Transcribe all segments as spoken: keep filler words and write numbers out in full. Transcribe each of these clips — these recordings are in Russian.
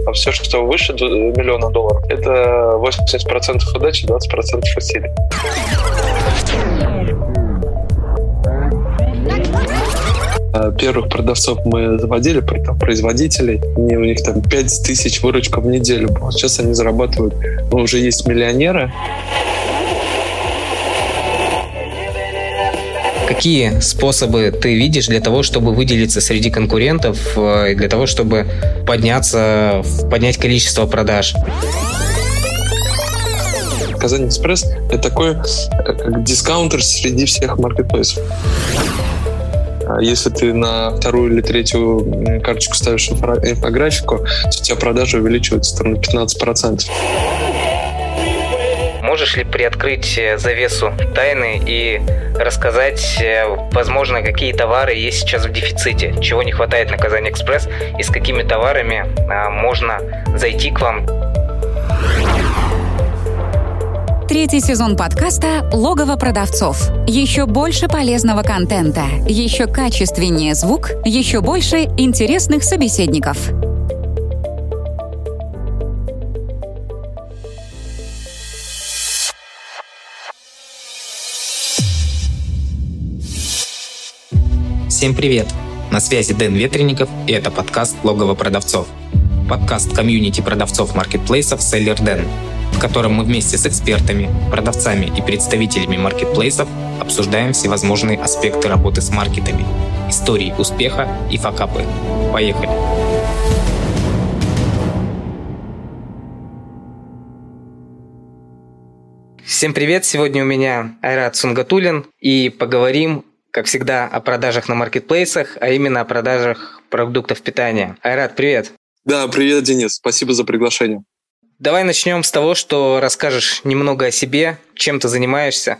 а все, что выше миллиона долларов, это восемьдесят процентов удачи, двадцать процентов усилий. Первых продавцов мы заводили, там, производителей, и у них там пять тысяч выручка в неделю было. Сейчас они зарабатывают, ну, уже есть миллионеры. Какие способы ты видишь для того, чтобы выделиться среди конкурентов и для того, чтобы подняться, поднять количество продаж? Казань Экспресс — это такой как дискаунтер среди всех маркетплейсов. Если ты на вторую или третью карточку ставишь инфографику, то у тебя продажи увеличиваются там на пятнадцать процентов. Можешь ли приоткрыть завесу тайны и рассказать, возможно, какие товары есть сейчас в дефиците, чего не хватает на Казань Экспресс и с какими товарами можно зайти к вам? Третий сезон подкаста «Логово продавцов». Еще больше полезного контента, еще качественнее звук, еще больше интересных собеседников. Всем привет! На связи Дэн Ветренников, и это подкаст «Логово продавцов». Подкаст комьюнити продавцов маркетплейсов Seller Den, в котором мы вместе с экспертами, продавцами и представителями маркетплейсов обсуждаем всевозможные аспекты работы с маркетами, истории успеха и факапы. Поехали! Всем привет! Сегодня у меня Айрат Сунгатуллин, и поговорим, как всегда, о продажах на маркетплейсах, а именно о продажах продуктов питания. Айрат, привет! Да, привет, Денис. Спасибо за приглашение. Давай начнем с того, что расскажешь немного о себе, чем ты занимаешься.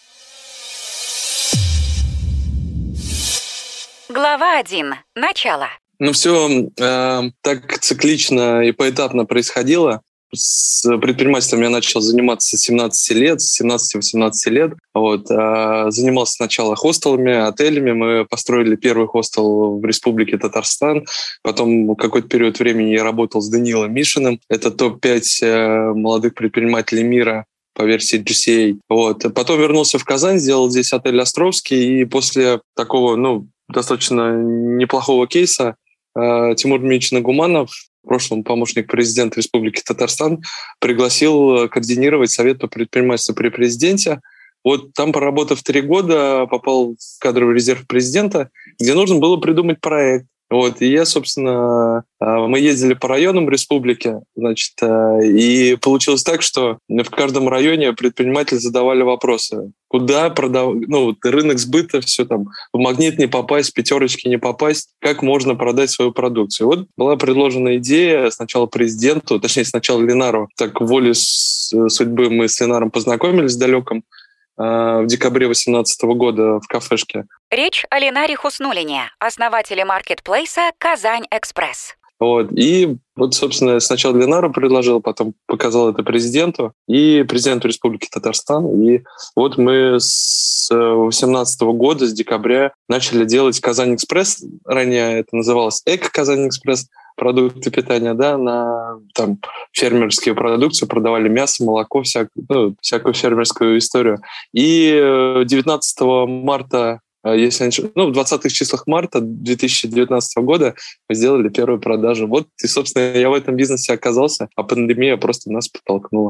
Глава один. Начало. Ну все э, так циклично и поэтапно происходило. С предпринимательством я начал заниматься с семнадцати лет, с семнадцати-восемнадцати лет. Вот. Занимался сначала хостелами, отелями. Мы построили первый хостел в Республике Татарстан. Потом какой-то период времени я работал с Даниилом Мишиным. Это топ пять молодых предпринимателей мира по версии джи си эй. Вот. Потом вернулся в Казань, сделал здесь отель «Островский». И после такого, ну, достаточно неплохого кейса Тимур Дмитриевич Нагуманов, в прошлом помощник президента Республики Татарстан, пригласил координировать совет по предпринимательству при президенте. Вот там, поработав три года, попал в кадровый резерв президента, где нужно было придумать проект. Вот, и я, собственно, мы ездили по районам республики, значит, и получилось так, что в каждом районе предприниматели задавали вопросы. Куда продавать, ну, рынок сбыта, все там, в Магнит не попасть, в пятерочки не попасть, как можно продать свою продукцию. Вот была предложена идея сначала президенту, точнее, сначала Ленару. Так, волей судьбы мы с Ленаром познакомились в далеком в декабре две тысячи восемнадцатого года в кафешке. Речь о Ленаре Хуснуллине, основателе маркетплейса «Казань Экспресс». Вот. И вот, собственно, сначала Ленару предложил, потом показал это президенту и президенту Республики Татарстан. И вот мы с две тысячи восемнадцатого года, с декабря, начали делать «Казань Экспресс». Ранее это называлось «Эко Казань Экспресс». Продукты питания, да, на там фермерские продукции, продавали мясо, молоко, всякую, ну, всякую фермерскую историю. И девятнадцатого марта, если не, ну, в двадцатых числах марта две тысячи девятнадцатого года мы сделали первую продажу. Вот, и, собственно, я в этом бизнесе оказался, а пандемия просто нас подтолкнула.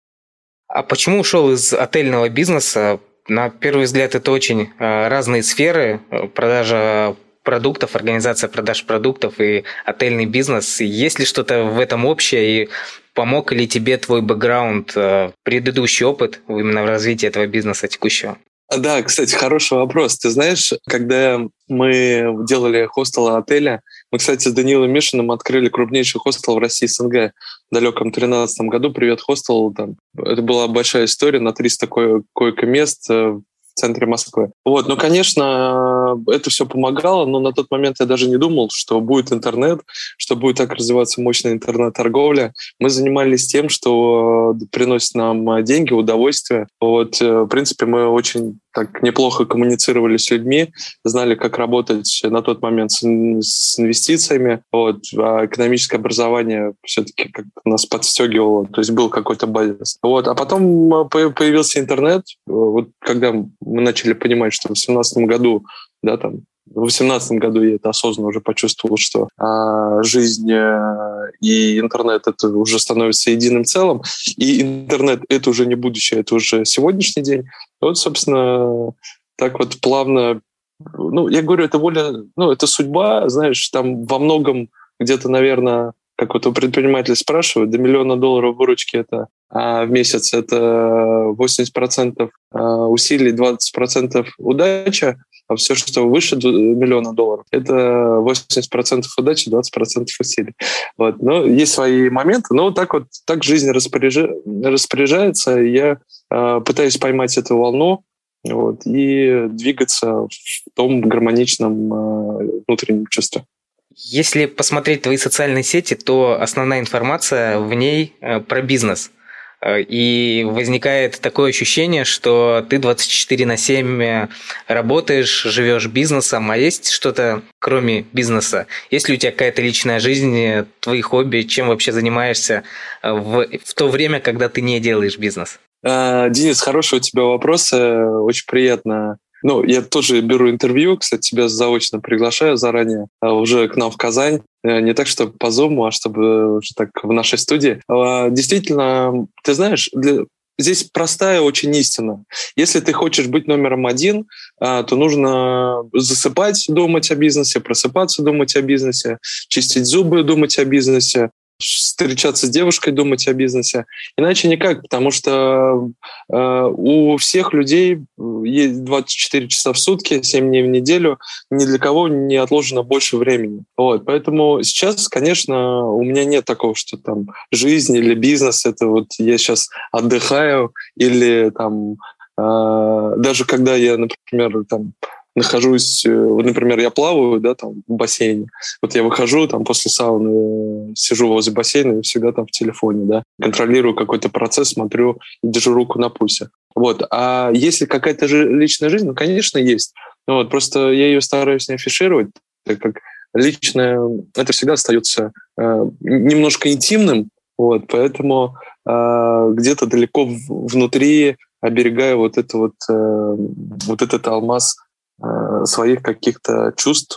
А почему ушел из отельного бизнеса? На первый взгляд, это очень разные сферы. Продажа продуктов, организация продаж продуктов и отельный бизнес. Есть ли что-то в этом общее, и помог ли тебе твой бэкграунд, предыдущий опыт именно в развитии этого бизнеса текущего? Да, кстати, хороший вопрос. Ты знаешь, когда мы делали хостел отеля, мы, кстати, с Даниилом Мишиным открыли крупнейший хостел в России СНГ в далеком тринадцатом году. Привет, хостел. Там. Это была большая история на триста ко- койко-мест в центре Москвы. Вот, ну, конечно, это все помогало, но на тот момент я даже не думал, что будет интернет, что будет так развиваться мощная интернет-торговля. Мы занимались тем, что приносит нам деньги, удовольствие. Вот, в принципе, мы очень так неплохо коммуницировали с людьми, знали, как работать на тот момент с, с инвестициями. Вот. А экономическое образование все-таки как-то нас подстегивало, то есть был какой-то базис. Вот. А потом появился интернет. Вот когда мы начали понимать, что в две тысячи семнадцатом году, да, там, в две тысячи восемнадцатом году я это осознанно уже почувствовал, что а, жизнь а, и интернет — это уже становится единым целым, и интернет — это уже не будущее, это уже сегодняшний день. Вот, собственно, так вот плавно... Ну, я говорю, это воля... Ну, это судьба, знаешь, там во многом где-то, наверное, как вот у предпринимателей спрашивают, до миллиона долларов выручки это а в месяц, это восемьдесят процентов усилий, двадцать процентов удача, а все, что выше миллиона долларов, это восемьдесят процентов удачи, двадцать процентов усилий. Вот. Но есть свои моменты, но так вот так жизнь распоряжа... распоряжается, и я э, пытаюсь поймать эту волну, вот, и двигаться в том гармоничном э, внутреннем чувстве. Если посмотреть твои социальные сети, то основная информация в ней э, про бизнес. И возникает такое ощущение, что ты двадцать четыре на семь работаешь, живешь бизнесом, а есть что-то кроме бизнеса? Есть ли у тебя какая-то личная жизнь, твои хобби, чем вообще занимаешься в, в то время, когда ты не делаешь бизнес? Денис, хороший у тебя вопрос, очень приятно. Ну, я тоже беру интервью, кстати, тебя заочно приглашаю заранее уже к нам в Казань. Не так, чтобы по Zoom, а чтобы уже так в нашей студии. Действительно, ты знаешь, для... здесь простая очень истина. Если ты хочешь быть номером один, то нужно засыпать, думать о бизнесе, просыпаться, думать о бизнесе, чистить зубы, думать о бизнесе, встречаться с девушкой, думать о бизнесе. Иначе никак, потому что э, у всех людей есть двадцать четыре часа в сутки, семь дней в неделю, ни для кого не отложено больше времени. Вот. Поэтому сейчас, конечно, у меня нет такого, что там жизнь или бизнес, это вот я сейчас отдыхаю, или там э, даже когда я, например, там нахожусь, например, я плаваю, да, там, в бассейне. Вот я выхожу, там, после сауны, сижу возле бассейна и всегда там в телефоне, да, контролирую какой-то процесс, смотрю, держу руку на пульсе. Вот. А если какая-то же личная жизнь, ну, конечно, есть. Ну, вот, просто я ее стараюсь не афишировать, так как личное, это всегда остается э, немножко интимным, вот, поэтому э, где-то далеко в, внутри оберегаю вот это вот, э, вот этот алмаз своих каких-то чувств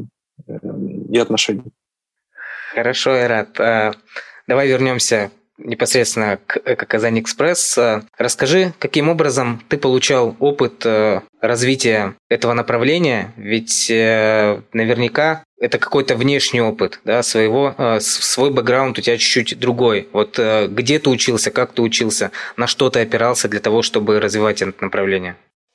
и отношений. Хорошо, Айрат. Давай вернемся непосредственно к Казань Экспресс. Расскажи, каким образом ты получал опыт развития этого направления, ведь наверняка это какой-то внешний опыт, да, своего, свой бэкграунд у тебя чуть-чуть другой. Вот где ты учился, как ты учился, на что ты опирался для того, чтобы развивать это направление?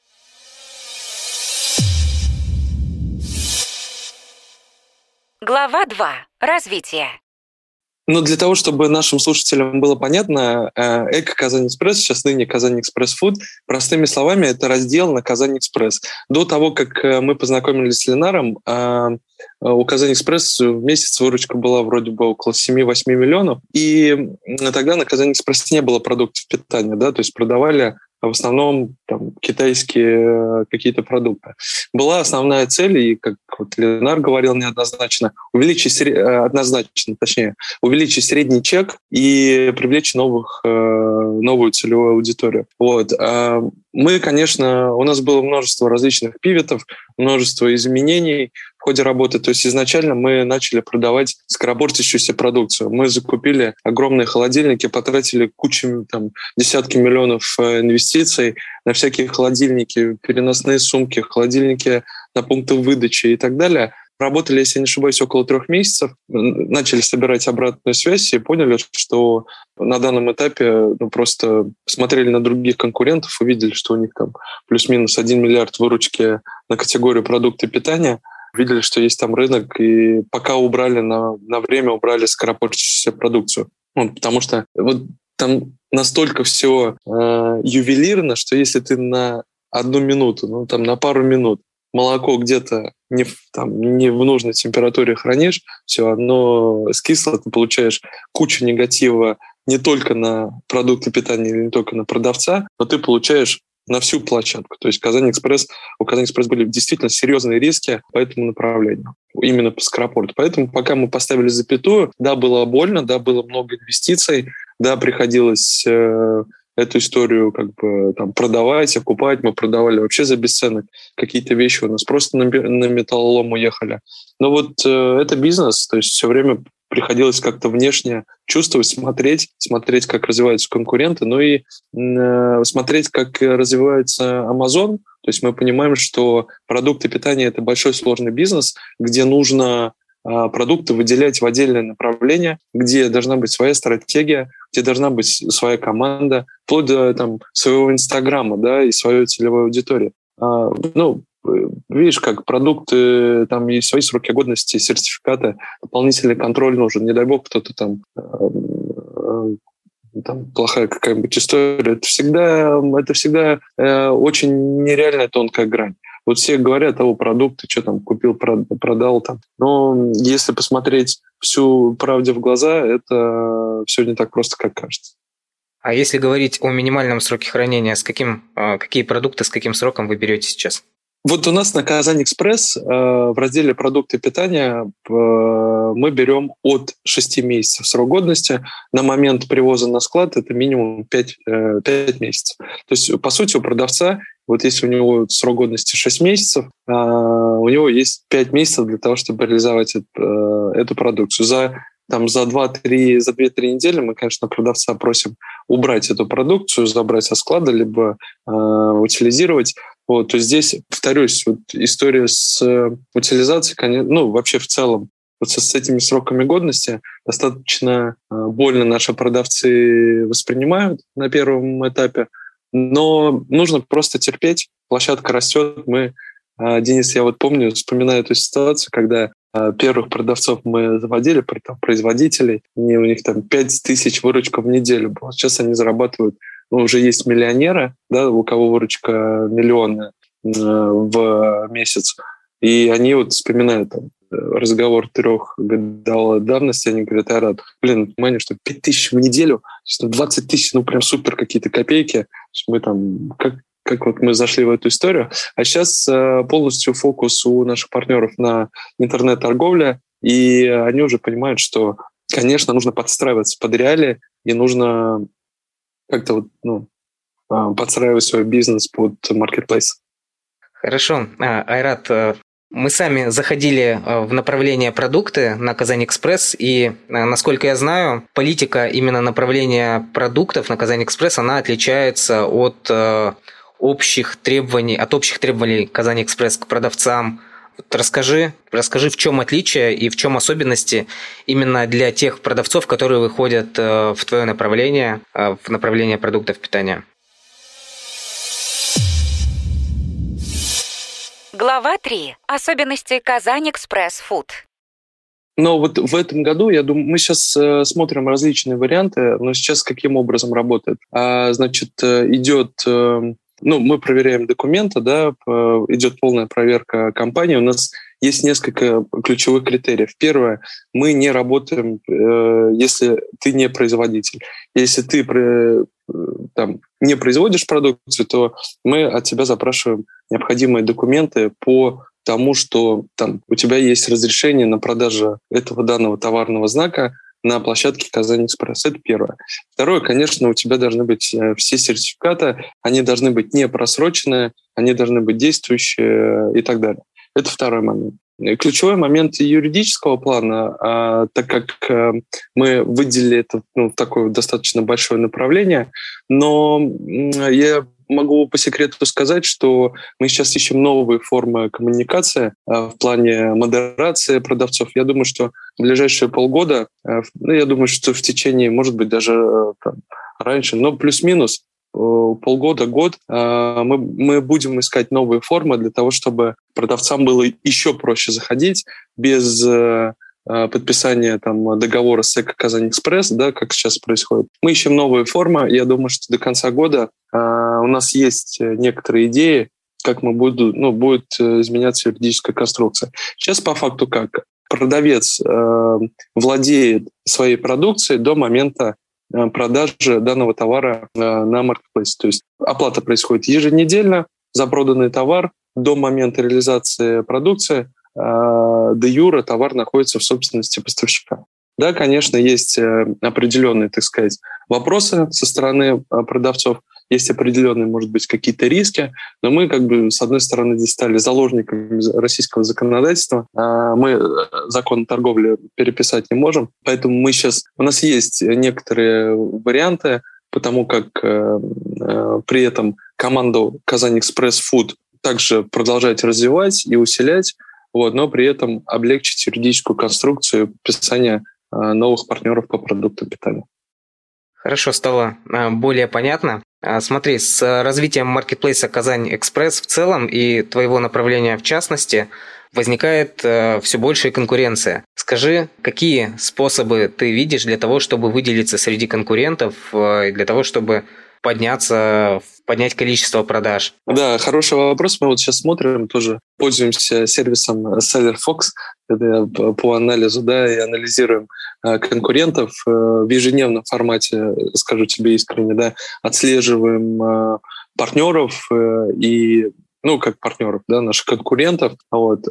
Глава два. Развитие. Ну, для того, чтобы нашим слушателям было понятно, Эко Казань Экспресс, сейчас ныне Казань Экспресс Фуд, простыми словами, это раздел на Казань Экспресс. До того, как мы познакомились с Ленаром, у Казань Экспресс в месяц выручка была вроде бы около семь-восемь миллионов, и тогда на Казань Экспресс не было продуктов питания, да, то есть продавали в основном там, китайские какие-то продукты. Была основная цель, и, как вот Ленар говорил неоднозначно, увеличить, однозначно, точнее, увеличить средний чек и привлечь новых, новую целевую аудиторию. Вот. Мы, конечно, у нас было множество различных пивотов, множество изменений в ходе работы. То есть изначально мы начали продавать скоропортящуюся продукцию. Мы закупили огромные холодильники, потратили кучу, там, десятки миллионов инвестиций на всякие холодильники, переносные сумки, холодильники на пункты выдачи и так далее. Работали, если не ошибаюсь, около трех месяцев, начали собирать обратную связь и поняли, что на данном этапе ну, просто смотрели на других конкурентов, увидели, что у них там плюс-минус один миллиард выручки на категорию продукты питания, видели, что есть там рынок, и пока убрали на, на время, убрали скоропортящуюся продукцию. Вот, потому что вот там настолько все э, ювелирно, что если ты на одну минуту, ну там на пару минут молоко где-то не в, там, не в нужной температуре хранишь, все, оно скисло, ты получаешь кучу негатива не только на продукты питания или не только на продавца, но ты получаешь на всю площадку. То есть Казань-Экспресс, у Казань-Экспресс были действительно серьезные риски по этому направлению, именно по скоропорту. Поэтому пока мы поставили запятую, да, было больно, да, было много инвестиций, да, приходилось э, эту историю как бы там продавать, окупать. Мы продавали вообще за бесценок. Какие-то вещи у нас просто на, на металлолом уехали. Но вот э, это бизнес, то есть все время приходилось как-то внешне чувствовать, смотреть, смотреть, как развиваются конкуренты, ну и э, смотреть, как развивается Amazon. То есть мы понимаем, что продукты питания – это большой сложный бизнес, где нужно э, продукты выделять в отдельное направление, где должна быть своя стратегия, где должна быть своя команда, вплоть до там, своего Инстаграма, да, и своей целевой аудитории. А, ну, видишь, как продукты, там есть свои сроки годности, сертификаты, дополнительный контроль нужен. Не дай бог, кто-то там, э, там плохая какая-нибудь история. Это всегда, это всегда э, очень нереальная тонкая грань. Вот все говорят, о, продукты, что там, купил, продал там. Но если посмотреть всю правде в глаза, это все не так просто, как кажется. А если говорить о минимальном сроке хранения, с каким, какие продукты с каким сроком вы берете сейчас? Вот у нас на Казань-Экспресс э, в разделе «Продукты питания» э, мы берем от шести месяцев срок годности. На момент привоза на склад это минимум пять, э, пять месяцев. То есть, по сути, у продавца, вот если у него срок годности шесть месяцев, э, у него есть пять месяцев для того, чтобы реализовать это, э, эту продукцию. За, там, за два-три, за две-три недели мы, конечно, продавца просим убрать эту продукцию, забрать со склада, либо э, утилизировать. Вот, то есть здесь, повторюсь, вот история с утилизацией, конечно, ну, вообще в целом, вот с, с этими сроками годности достаточно э, больно наши продавцы воспринимают на первом этапе, но нужно просто терпеть, площадка растет. Мы, э, Денис, я вот помню, вспоминаю эту ситуацию, когда э, первых продавцов мы заводили, там, производителей, и у них там пять тысяч выручка в неделю была. Сейчас они зарабатывают, ну, уже есть миллионеры, да, у кого выручка миллионная э, в месяц. И они вот вспоминают там, разговор трехгодовалой давности, они говорят, Айрат, блин, понимание, что пять тысяч в неделю, двадцать тысяч, ну прям супер какие-то копейки. Мы там, как, как вот мы зашли в эту историю. А сейчас э, полностью фокус у наших партнеров на интернет-торговле, и они уже понимают, что, конечно, нужно подстраиваться под реалии, и нужно как-то вот, ну, подстраивать свой бизнес под маркетплейс. Хорошо. Айрат, мы сами заходили в направление продукты на Казань-Экспресс, и, насколько я знаю, политика именно направления продуктов на Казань-Экспресс, она отличается от общих требований, от общих требований Казань-Экспресс к продавцам. Вот расскажи, расскажи, в чем отличие и в чем особенности именно для тех продавцов, которые выходят в твое направление, в направление продуктов питания. Глава три. Особенности Казань-Экспресс Фуд. Но вот в этом году, я думаю, мы сейчас э, смотрим различные варианты, но сейчас каким образом работает? А, значит, идет... Э, Ну, мы проверяем документы, да, идет полная проверка компании. У нас есть несколько ключевых критериев. Первое, мы не работаем, если ты не производитель. Если ты там, не производишь продукцию, то мы от тебя запрашиваем необходимые документы по тому, что там, у тебя есть разрешение на продажу этого данного товарного знака на площадке Казань-Экспресс. Это первое. Второе, конечно, у тебя должны быть все сертификаты, они должны быть не просроченные, они должны быть действующие и так далее. Это второй момент. Ключевой момент юридического плана, а, так как а, мы выделили это ну, в такое достаточно большое направление, но я могу по секрету сказать, что мы сейчас ищем новые формы коммуникации а, в плане модерации продавцов. Я думаю, что в ближайшие полгода, а, ну, я думаю, что в течение, может быть, даже а, там, раньше, но плюс-минус, полгода, год, мы, мы будем искать новые формы для того, чтобы продавцам было еще проще заходить без подписания там, договора с ЭКО Казань-Экспресс, да, как сейчас происходит. Мы ищем новые формы. Я думаю, что до конца года у нас есть некоторые идеи, как мы будем, ну, будет изменяться юридическая конструкция. Сейчас по факту как? Продавец владеет своей продукцией до момента продажи данного товара на маркетплейсе. То есть оплата происходит еженедельно за проданный товар до момента реализации продукции. Де юре товар находится в собственности поставщика. Да, конечно, есть определенные, так сказать, вопросы со стороны продавцов, есть определенные, может быть, какие-то риски, но мы, как бы, с одной стороны, здесь стали заложниками российского законодательства. Мы закон торговли переписать не можем, поэтому мы сейчас... У нас есть некоторые варианты, потому как при этом команду «Казань Экспресс Фуд» также продолжать развивать и усилять, вот, но при этом облегчить юридическую конструкцию подписания новых партнеров по продуктам питания. Хорошо, стало более понятно. Смотри, с развитием маркетплейса «Казань Экспресс» в целом и твоего направления в частности возникает все большая конкуренция. Скажи, какие способы ты видишь для того, чтобы выделиться среди конкурентов, для того, чтобы подняться, поднять количество продаж? Да, хороший вопрос. Мы вот сейчас смотрим, тоже пользуемся сервисом SellerFox по анализу, да, и анализируем конкурентов в ежедневном формате, скажу тебе искренне, да, отслеживаем партнеров и, ну, как партнеров, да, наших конкурентов. Вот.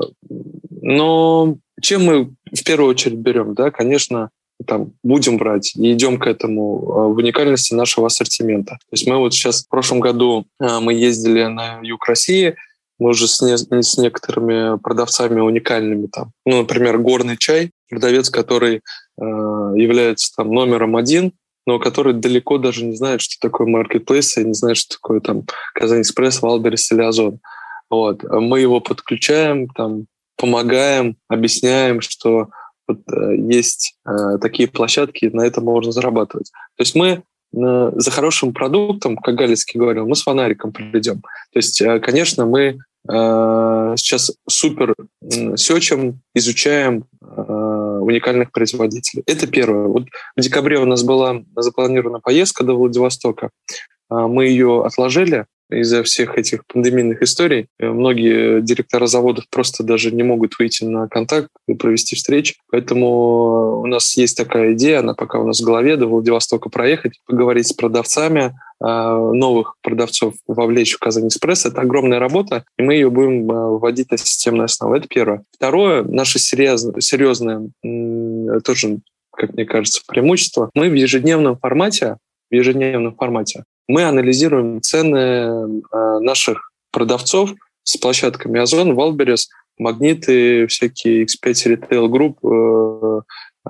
Но чем мы в первую очередь берем, да, конечно, там, будем брать и идем к этому в уникальности нашего ассортимента. То есть мы вот сейчас в прошлом году мы ездили на юг России, мы уже с, не, с некоторыми продавцами уникальными, там, ну, например, горный чай, продавец, который э, является там номером один, но который далеко даже не знает, что такое маркетплейс, и не знает, что такое там Казань Экспресс, Валберес или Озон. Вот. Мы его подключаем, там, помогаем, объясняем, что вот, э, есть э, такие площадки, на этом можно зарабатывать. То есть мы э, за хорошим продуктом, как Галицкий говорил, мы с фонариком придем. То есть, э, конечно, мы э, сейчас супер э, сечем, изучаем э, уникальных производителей. Это первое. Вот в декабре у нас была запланирована поездка до Владивостока. Э, мы ее отложили из-за всех этих пандемийных историй. Многие директора заводов просто даже не могут выйти на контакт и провести встречи. Поэтому у нас есть такая идея, она пока у нас в голове, до Владивостока проехать, поговорить с продавцами, новых продавцов вовлечь в Казань Экспресс. Это огромная работа, и мы ее будем вводить на системной основе. Это первое. Второе, наше серьезное, серьезное тоже, как мне кажется, преимущество. Мы в ежедневном формате, в ежедневном формате мы анализируем цены наших продавцов с площадками Озон, Валберес, Магниты, всякие икс пять Retail Group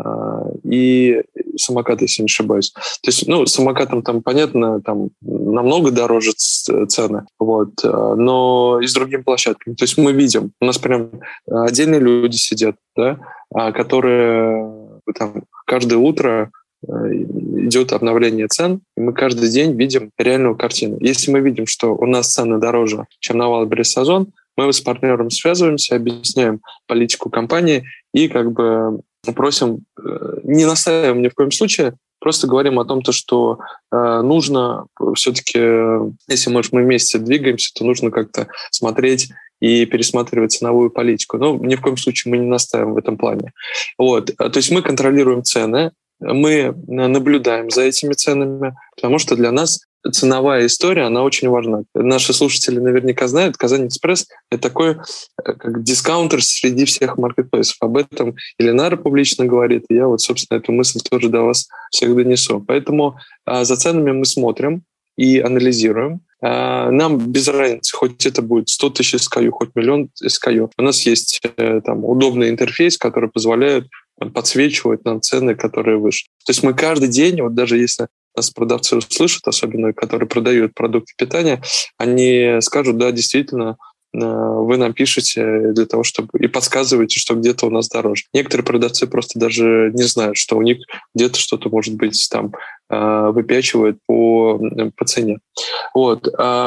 и самокаты, если не ошибаюсь. То есть, ну, самокатам там, понятно, там намного дороже цены, вот, но и с другими площадками. То есть мы видим, у нас прям отдельные люди сидят, да, которые там каждое утро идет обновление цен, и мы каждый день видим реальную картину. Если мы видим, что у нас цены дороже, чем на Валберес Озон, мы с партнером связываемся, объясняем политику компании и как бы просим, не настаиваем ни в коем случае, просто говорим о том, что э, нужно все-таки, если мы, мы вместе двигаемся, то нужно как-то смотреть и пересматривать ценовую политику. Но ни в коем случае мы не настаиваем в этом плане. Вот. То есть мы контролируем цены, мы наблюдаем за этими ценами, потому что для нас ценовая история, она очень важна. Наши слушатели наверняка знают, Казань Экспресс — это такой как дискаунтер среди всех маркетплейсов. Об этом Ильнара публично говорит, и я вот, собственно, эту мысль тоже до вас всех донесу. Поэтому а, за ценами мы смотрим и анализируем. А, нам без разницы, хоть это будет сто тысяч эс кей ю, хоть миллион эс кей ю. У нас есть там удобный интерфейс, который позволяет подсвечивать нам цены, которые выше. То есть мы каждый день, вот даже если нас продавцы услышат, особенно которые продают продукты питания, они скажут, да, действительно, вы нам пишете для того, чтобы и подсказываете, что где-то у нас дороже. Некоторые продавцы просто даже не знают, что у них где-то что-то, может быть, там выпячивает по, по цене. Вот.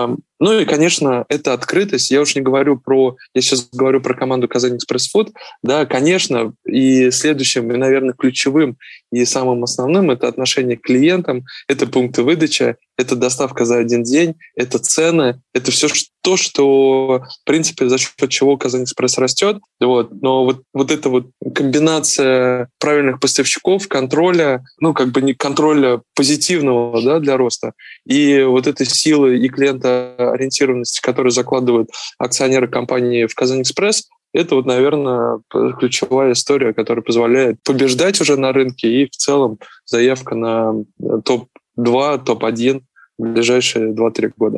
Ну и, конечно, это открытость. Я уж не говорю про... Я сейчас говорю про команду «Казань Экспресс Фуд». Да, конечно, и следующим, и, наверное, ключевым и самым основным — это отношение к клиентам, это пункты выдачи, это доставка за один день, это цены, это все то, что, в принципе, за счет чего «Казань Экспресс» растет. Вот. Но вот, вот эта вот комбинация правильных поставщиков, контроля, ну, как бы не контроля позитивного, да, для роста, и вот этой силы и клиентоориентированности, которую закладывают акционеры компании в «Казань Экспресс», это вот, наверное, ключевая история, которая позволяет побеждать уже на рынке, и в целом заявка на топ два, топ один в ближайшие два-три года.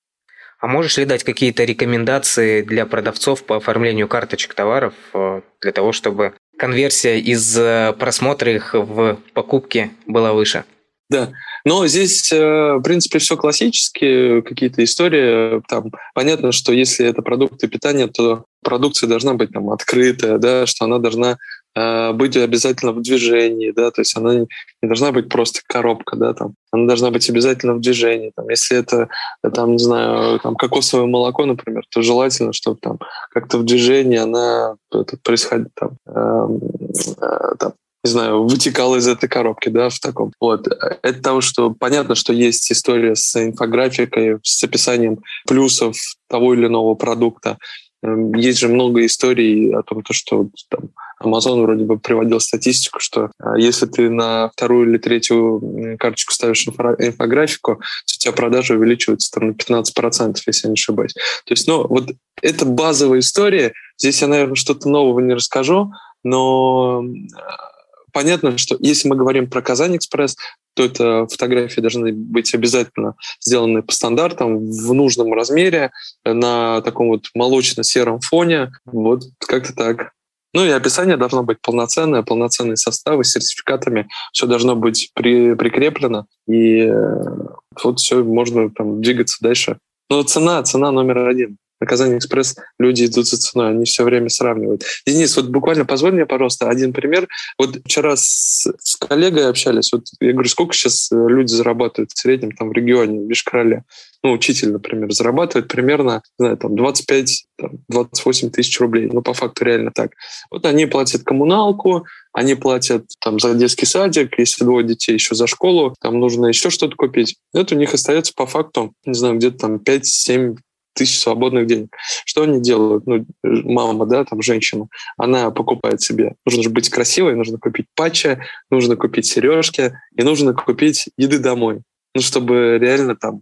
А можешь ли дать какие-то рекомендации для продавцов по оформлению карточек товаров для того, чтобы конверсия из просмотра их в покупки была выше? Да, но здесь, в принципе, все классические какие-то истории. Там понятно, что если это продукты питания, то продукция должна быть там открытая, да, что она должна э, быть обязательно в движении, да, то есть она не, не должна быть просто коробка, да, там, она должна быть обязательно в движении. Там, если это, там, не знаю, там, кокосовое молоко, например, то желательно, чтобы там как-то в движении она это, происходит там, э, э, там не знаю, вытекала из этой коробки, да, в таком. Вот. Это того, что понятно, что есть история с инфографикой, с описанием плюсов того или иного продукта. Есть же много историй о том, что там, Amazon вроде бы приводил статистику, что если ты на вторую или третью карточку ставишь инфографику, то у тебя продажи увеличиваются там, на пятнадцать процентов, если я не ошибаюсь. То есть, ну, вот это базовая история. Здесь я, наверное, что-то нового не расскажу, но понятно, что если мы говорим про «Казань Экспресс», то это фотографии должны быть обязательно сделаны по стандартам, в нужном размере, на таком вот молочно-сером фоне. Вот как-то так. Ну и описание должно быть полноценное, полноценные составы с сертификатами. Все должно быть при, прикреплено. И вот все, можно там двигаться дальше. Но цена, цена номер один. На «Казань Экспресс» люди идут за ценой, они все время сравнивают. Денис, вот буквально позволь мне, пожалуйста, один пример. Вот вчера с, с коллегой общались, вот я говорю, сколько сейчас люди зарабатывают в среднем там в регионе, в Бишкороле? Ну, учитель, например, зарабатывает примерно, не знаю, там двадцать пять - двадцать восемь тысяч рублей. Ну, по факту реально так. Вот они платят коммуналку, они платят там за детский садик, если двое детей еще за школу, там нужно еще что-то купить. Это у них остается по факту, не знаю, где-то там пять-семь тысяч свободных денег. Что они делают? Ну, мама, да, там женщина, она покупает себе. Нужно же быть красивой, нужно купить патчи, нужно купить сережки и нужно купить еды домой. Ну, чтобы реально там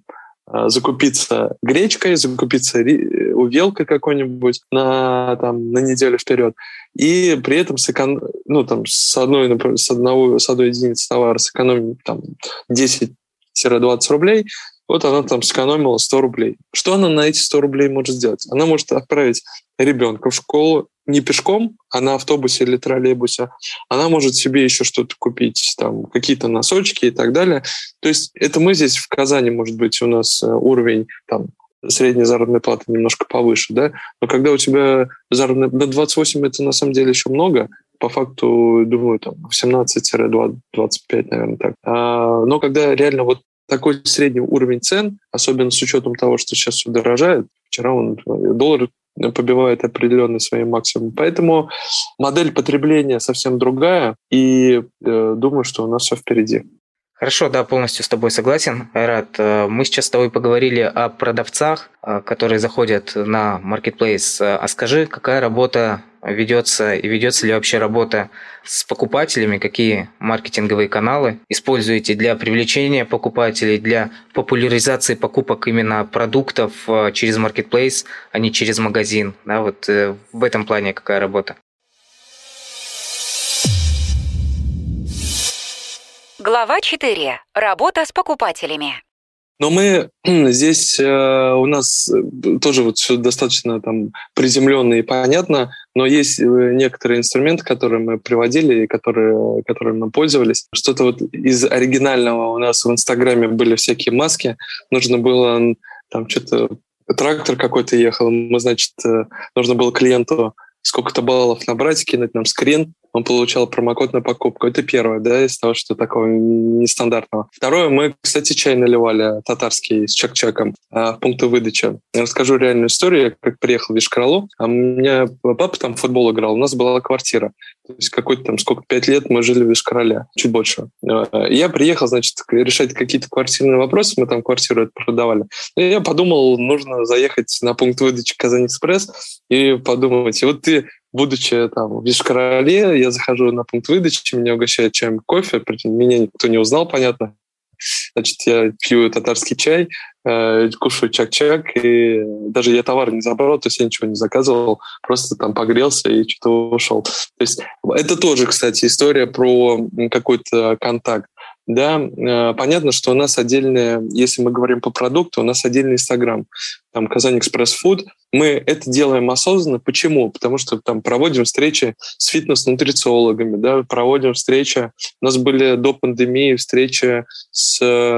закупиться гречкой, закупиться увелкой какой-нибудь на, там, на неделю вперед. И при этом сэкон... ну, там, с, одной, например, с, одного, с одной единицы товара сэкономить там, десять-двадцать рублей. Вот она там сэкономила сто рублей. Что она на эти сто рублей может сделать? Она может отправить ребенка в школу не пешком, а на автобусе или троллейбусе. Она может себе еще что-то купить, там, какие-то носочки и так далее. То есть это мы здесь в Казани, может быть, у нас уровень там, средней заработной платы немножко повыше, да? Но когда у тебя заработная на двадцать восемь, это на самом деле еще много. По факту, думаю, там восемнадцать-двадцать пять, наверное, так. А, но когда реально вот такой средний уровень цен, особенно с учетом того, что сейчас все дорожает, вчера он, доллар побивает определенный свой максимум. Поэтому модель потребления совсем другая, и э, думаю, что у нас все впереди. Хорошо, да, полностью с тобой согласен, Айрат. Мы сейчас с тобой поговорили о продавцах, которые заходят на Marketplace. А скажи, какая работа ведется и ведется ли вообще работа с покупателями, какие маркетинговые каналы используете для привлечения покупателей, для популяризации покупок именно продуктов через Marketplace, а не через магазин? Да, вот в этом плане какая работа? Глава четыре. Работа с покупателями. Но мы здесь э, у нас тоже вот все достаточно там приземленно и понятно, но есть некоторые инструменты, которые мы приводили и которые, которыми мы пользовались. Что-то вот из оригинального у нас в Инстаграме были всякие маски. Нужно было там что-то... Трактор какой-то ехал. Мы, значит, нужно было клиенту сколько-то баллов набрать, кинуть нам скрин он получал промокод на покупку. Это первое, да, из того, что такого нестандартного. Второе, мы, кстати, чай наливали татарский с чак-чаком в пункты выдачи. Я расскажу реальную историю. Я как приехал в Йошкар-Олу, а у меня папа там в футбол играл, у нас была квартира. То есть какой-то там, сколько, пять лет мы жили в Йошкар-Оле, чуть больше. Я приехал, значит, решать какие-то квартирные вопросы, мы там квартиру эту продавали. И я подумал, нужно заехать на пункт выдачи Казань-Экспресс и подумать, и вот ты, будучи там в Йошкар-Оле, я захожу на пункт выдачи, меня угощают чаем, кофе, меня никто не узнал, понятно. Значит, я пью татарский чай, э, кушаю чак-чак, и даже я товар не забрал, то есть я ничего не заказывал, просто там погрелся и что-то ушел. То есть это тоже, кстати, история про какой-то контакт. Да, э, понятно, что у нас отдельная, если мы говорим по продукту, у нас отдельный Инстаграм, там Казань Экспресс Фуд. Мы это делаем осознанно. Почему? Потому что там проводим встречи с фитнес-нутрициологами, да, проводим встречи. У нас были до пандемии встречи с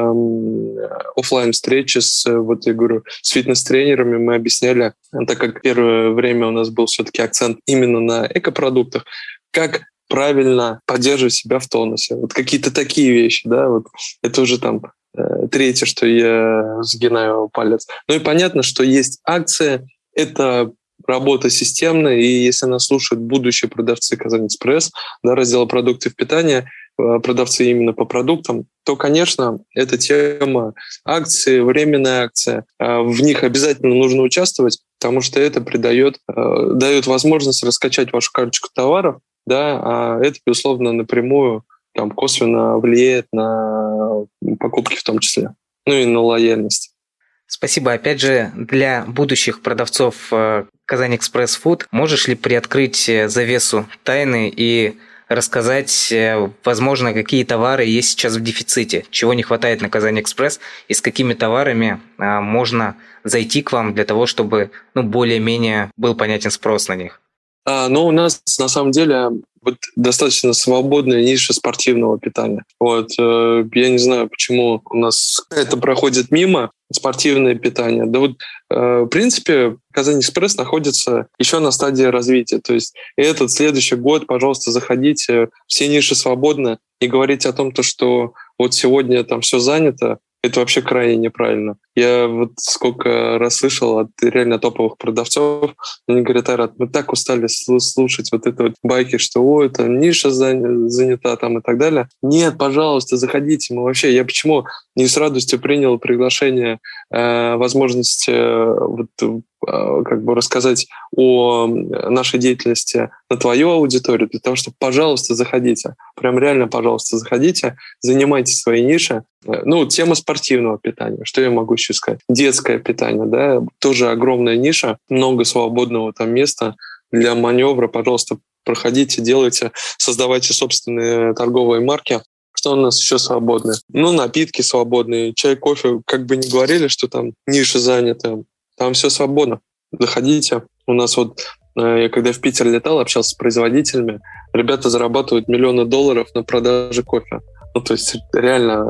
э, офлайн встречи с, вот я говорю, с фитнес-тренерами. Мы объясняли, так как первое время у нас был все-таки акцент именно на экопродуктах, как правильно поддерживать себя в тонусе. Вот какие-то такие вещи, да, вот это уже там э, третье, что я сгинаю палец. Ну и понятно, что есть акция, это работа системная, и если нас слушают будущие продавцы Казань Экспресс, да, раздела продуктов питания, э, продавцы именно по продуктам, то, конечно, эта тема акции, временная акция, э, в них обязательно нужно участвовать, потому что это придает, э, дает возможность раскачать вашу карточку товаров, да, а это, безусловно, напрямую там, косвенно влияет на покупки в том числе, ну и на лояльность. Спасибо. Опять же, для будущих продавцов Казань Экспресс Фуд можешь ли приоткрыть завесу тайны и рассказать, возможно, какие товары есть сейчас в дефиците, чего не хватает на Казань Экспресс и с какими товарами можно зайти к вам для того, чтобы ну, более-менее был понятен спрос на них? А, но у нас на самом деле вот достаточно свободная ниша спортивного питания. Вот, э, я не знаю, почему у нас это проходит мимо, спортивное питание. Да вот, э, в принципе, Казань Экспресс находится еще на стадии развития. То есть этот следующий год, пожалуйста, заходите, все ниши свободны, и говорить о том, то, что вот сегодня там все занято, это вообще крайне неправильно. Я вот сколько раз слышал от реально топовых продавцов, они говорят: Айрат, мы так устали слушать вот это вот байки, что о, это ниша занята там и так далее. Нет, пожалуйста, заходите. Мы вообще, я почему не с радостью принял приглашение, э, возможность э, вот, э, как бы рассказать о нашей деятельности на твою аудиторию, для того, чтобы, пожалуйста, заходите. Прям реально, пожалуйста, заходите, занимайте свои ниши. Ну, тема спортивного питания, что я могу еще сказать? Детское питание, да, тоже огромная ниша, много свободного там места для маневра. Пожалуйста, проходите, делайте, создавайте собственные торговые марки. Что у нас еще свободно? Ну, напитки свободные, чай, кофе. Как бы ни говорили, что там ниша занята, там все свободно. Заходите. У нас вот, я когда в Питер летал, общался с производителями, ребята зарабатывают миллионы долларов на продаже кофе. Ну, то есть реально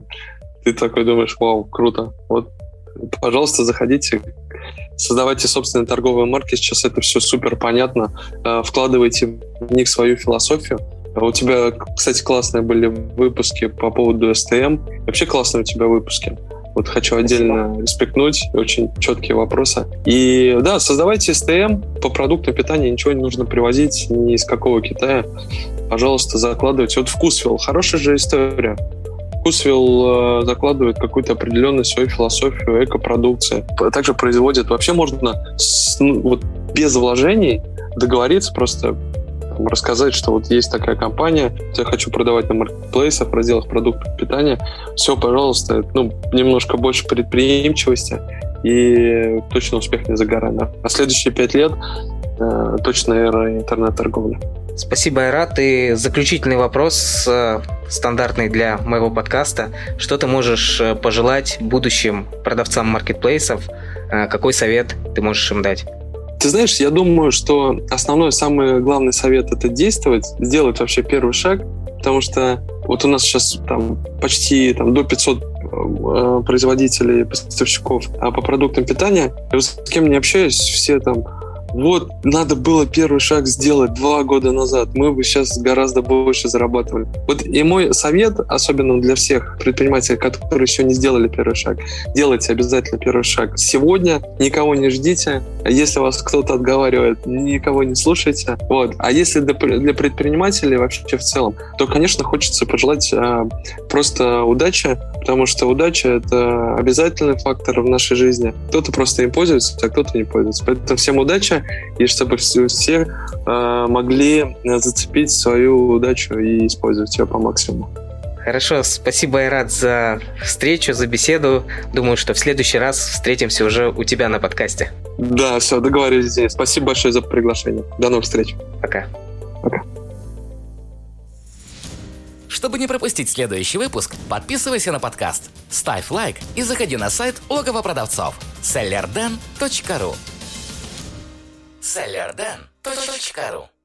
ты такой думаешь: вау, круто. Вот, пожалуйста, заходите, создавайте собственные торговые марки. Сейчас это все супер понятно. Вкладывайте в них свою философию. У тебя, кстати, классные были выпуски по поводу эс тэ эм. Вообще классные у тебя выпуски. Вот хочу отдельно респектнуть. Очень четкие вопросы. И да, создавайте эс тэ эм по продуктам питания. Ничего не нужно привозить ни из какого Китая. Пожалуйста, закладывайте. Вот Вкусвилл. Хорошая же история. Вкусвилл э, закладывает какую-то определенную свою философию экопродукции. Также производит. Вообще можно с, ну, вот без вложений договориться, просто там, рассказать, что вот есть такая компания, я хочу продавать на маркетплейсах, в разделах продуктов питания. Все, пожалуйста, ну, немножко больше предприимчивости, и точно успех не за горами. А следующие пять лет э, точно эра интернет-торговли. Спасибо, Айрат. И заключительный вопрос, э, стандартный для моего подкаста. Что ты можешь пожелать будущим продавцам маркетплейсов? Э, какой совет ты можешь им дать? Ты знаешь, я думаю, что основной, самый главный совет — это действовать, сделать вообще первый шаг, потому что вот у нас сейчас там почти там, до пятьсот э, производителей, поставщиков а по продуктам питания. Я вот с кем не общаюсь, все там вот надо было первый шаг сделать два года назад, мы бы сейчас гораздо больше зарабатывали. Вот и мой совет, особенно для всех предпринимателей, которые еще не сделали первый шаг, делайте обязательно первый шаг. Сегодня никого не ждите, если вас кто-то отговаривает, никого не слушайте. Вот. А если для предпринимателей вообще в целом, то, конечно, хочется пожелать э, просто удачи, потому что удача — это обязательный фактор в нашей жизни. Кто-то просто им пользуется, а кто-то не пользуется. Поэтому всем удачи, и чтобы все, все э, могли зацепить свою удачу и использовать ее по максимуму. Хорошо, спасибо, Айрат, за встречу, за беседу. Думаю, что в следующий раз встретимся уже у тебя на подкасте. Да, все, договорились, Денис. Спасибо большое за приглашение. До новых встреч. Пока. Пока. Чтобы не пропустить следующий выпуск, подписывайся на подкаст, ставь лайк и заходи на сайт Логово продавцов селлерден точка ру селлерден точка ру